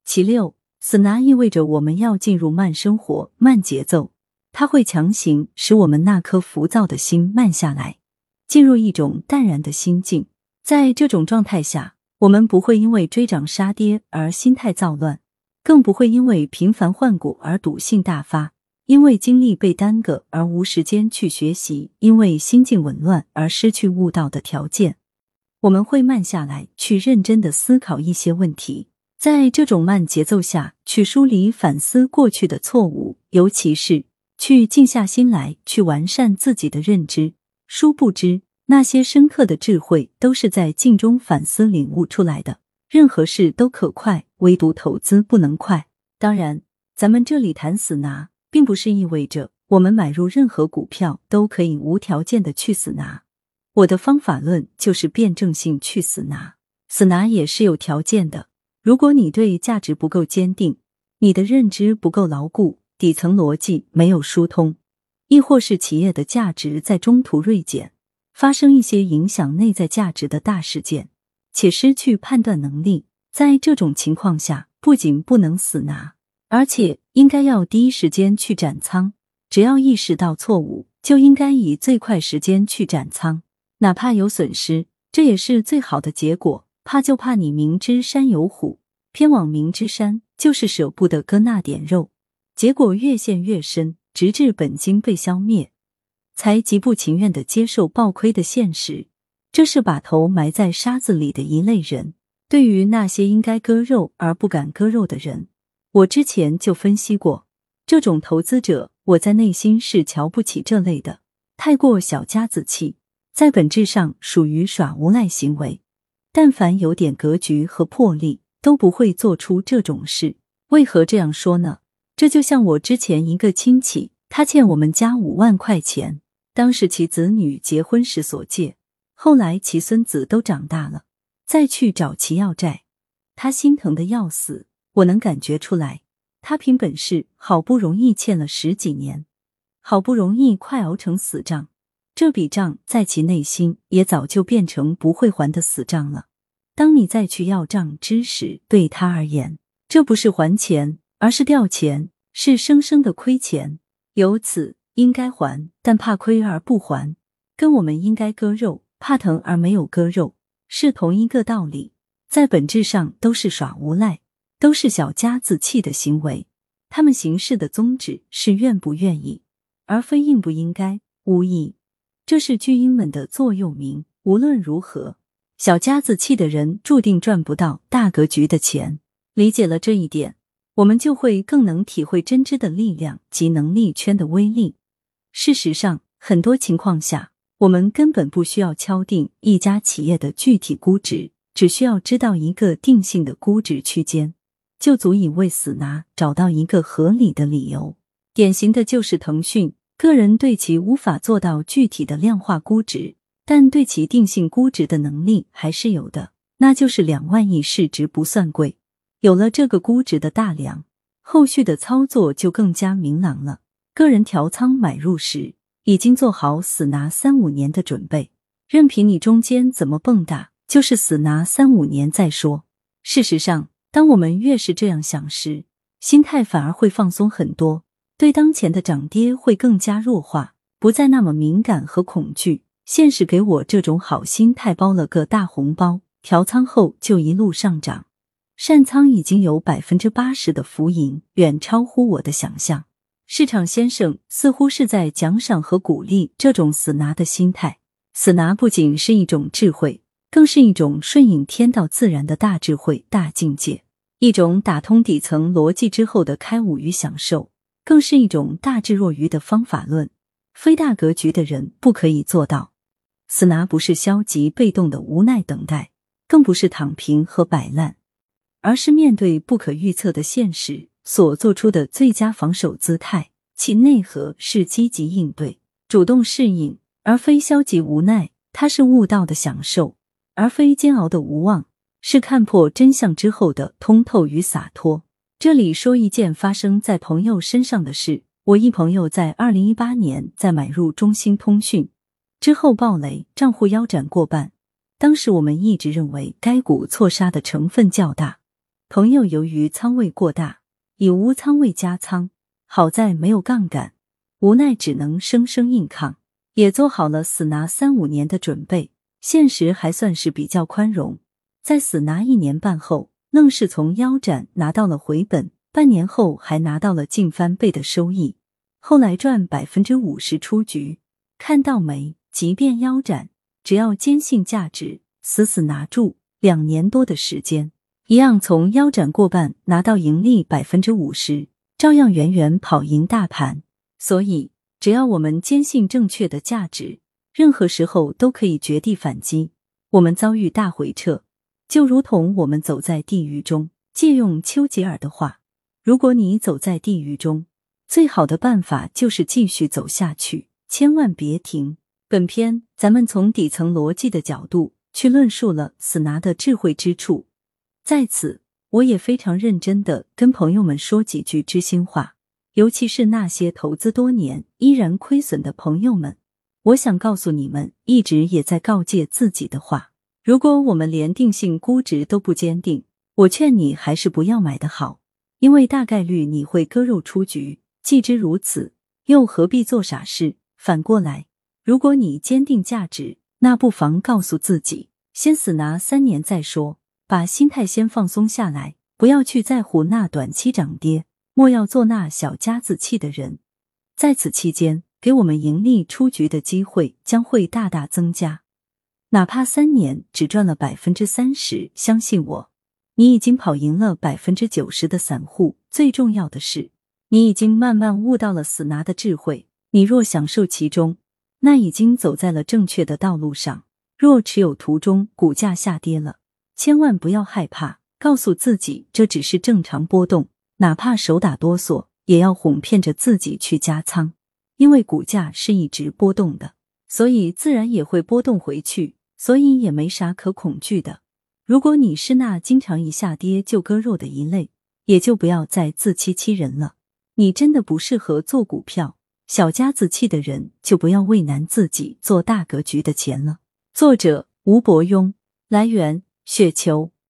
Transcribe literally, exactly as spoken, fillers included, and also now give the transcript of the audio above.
其六，死拿意味着我们要进入慢生活、慢节奏，它会强行使我们那颗浮躁的心慢下来，进入一种淡然的心境。在这种状态下，我们不会因为追涨杀跌而心态躁乱，更不会因为频繁换股而赌性大发，因为精力被耽搁而无时间去学习，因为心境紊乱而失去悟道的条件。我们会慢下来，去认真地思考一些问题，在这种慢节奏下，去梳理反思过去的错误，尤其是去静下心来，去完善自己的认知。殊不知，那些深刻的智慧都是在静中反思领悟出来的。任何事都可快，唯独投资不能快。当然，咱们这里谈死拿，并不是意味着我们买入任何股票都可以无条件的去死拿。我的方法论就是辩证性去死拿，死拿也是有条件的。如果你对价值不够坚定，你的认知不够牢固，底层逻辑没有疏通，亦或是企业的价值在中途锐减，发生一些影响内在价值的大事件，且失去判断能力，在这种情况下，不仅不能死拿，而且应该要第一时间去斩仓。只要意识到错误，就应该以最快时间去斩仓，哪怕有损失，这也是最好的结果。怕就怕你明知山有虎，偏往明知山，就是舍不得割那点肉，结果越陷越深，直至本金被消灭，才极不情愿地接受暴亏的现实。这是把头埋在沙子里的一类人。对于那些应该割肉而不敢割肉的人，我之前就分析过，这种投资者，我在内心是瞧不起这类的，太过小家子气，在本质上属于耍无赖行为。但凡有点格局和魄力，都不会做出这种事。为何这样说呢？这就像我之前一个亲戚，他欠我们家五万块钱，当时其子女结婚时所借，后来其孙子都长大了，再去找其要债，他心疼得要死。我能感觉出来，他凭本事好不容易欠了十几年，好不容易快熬成死账，这笔账在其内心也早就变成不会还的死账了。当你再去要账之时，对他而言，这不是还钱，而是掉钱，是生生的亏钱。由此应该还，但怕亏而不还，跟我们应该割肉，怕疼而没有割肉，是同一个道理。在本质上都是耍无赖，都是小家子气的行为。他们行事的宗旨是愿不愿意，而非应不应该、无意。这是巨婴们的座右铭。无论如何，小家子气的人注定赚不到大格局的钱。理解了这一点，我们就会更能体会真知的力量及能力圈的威力。事实上，很多情况下，我们根本不需要敲定一家企业的具体估值，只需要知道一个定性的估值区间，就足以为死拿找到一个合理的理由。典型的就是腾讯，个人对其无法做到具体的量化估值，但对其定性估值的能力还是有的，那就是两万亿市值不算贵。有了这个估值的大梁，后续的操作就更加明朗了。个人调仓买入时，已经做好死拿三五年的准备，任凭你中间怎么蹦跶，就是死拿三五年再说。事实上，当我们越是这样想时，心态反而会放松很多，对当前的涨跌会更加弱化，不再那么敏感和恐惧。现实给我这种好心态包了个大红包，调仓后就一路上涨，善仓已经有 百分之八十 的浮盈，远超乎我的想象。市场先生似乎是在奖赏和鼓励这种死拿的心态。死拿不仅是一种智慧，更是一种顺应天道自然的大智慧、大境界，一种打通底层逻辑之后的开悟与享受，更是一种大智若愚的方法论，非大格局的人不可以做到。死拿不是消极被动的无奈等待，更不是躺平和摆烂，而是面对不可预测的现实所做出的最佳防守姿态，其内核是积极应对、主动适应，而非消极无奈。它是悟道的享受，而非煎熬的无望，是看破真相之后的通透与洒脱。这里说一件发生在朋友身上的事。我一朋友在二零一八年在买入中兴通讯之后暴雷，账户腰斩过半。当时我们一直认为该股错杀的成分较大， 朋友由于仓位过大，以无仓位加仓，好在没有杠杆，无奈只能生生硬抗，也做好了死拿三五年的准备。现实还算是比较宽容，在死拿一年半后，愣是从腰斩拿到了回本，半年后还拿到了近翻倍的收益，后来赚 百分之五十 出局。看到没？即便腰斩，只要坚信价值，死死拿住，两年多的时间，一样从腰斩过半拿到盈利 百分之五十， 照样远远跑赢大盘。所以只要我们坚信正确的价值，任何时候都可以绝地反击。我们遭遇大回撤，就如同我们走在地狱中。借用丘吉尔的话，如果你走在地狱中，最好的办法就是继续走下去，千万别停。本篇咱们从底层逻辑的角度去论述了死拿的智慧之处，在此我也非常认真地跟朋友们说几句知心话，尤其是那些投资多年依然亏损的朋友们，我想告诉你们一直也在告诫自己的话。如果我们连定性估值都不坚定，我劝你还是不要买的好，因为大概率你会割肉出局。既知如此，又何必做傻事？反过来，如果你坚定价值，那不妨告诉自己，先死拿三年再说，把心态先放松下来，不要去在乎那短期涨跌，莫要做那小家子气的人。在此期间，给我们盈利出局的机会将会大大增加。哪怕三年只赚了 百分之三十， 相信我，你已经跑赢了 百分之九十 的散户。最重要的是，你已经慢慢悟到了死拿的智慧。你若享受其中，那已经走在了正确的道路上。若持有途中股价下跌了，千万不要害怕，告诉自己这只是正常波动，哪怕手打哆嗦，也要哄骗着自己去加仓，因为股价是一直波动的，所以自然也会波动回去，所以也没啥可恐惧的。如果你是那经常一下跌就割肉的一类，也就不要再自欺欺人了。你真的不适合做股票，小家子气的人就不要为难自己做大格局的钱了。作者吴伯庸，来源雪球。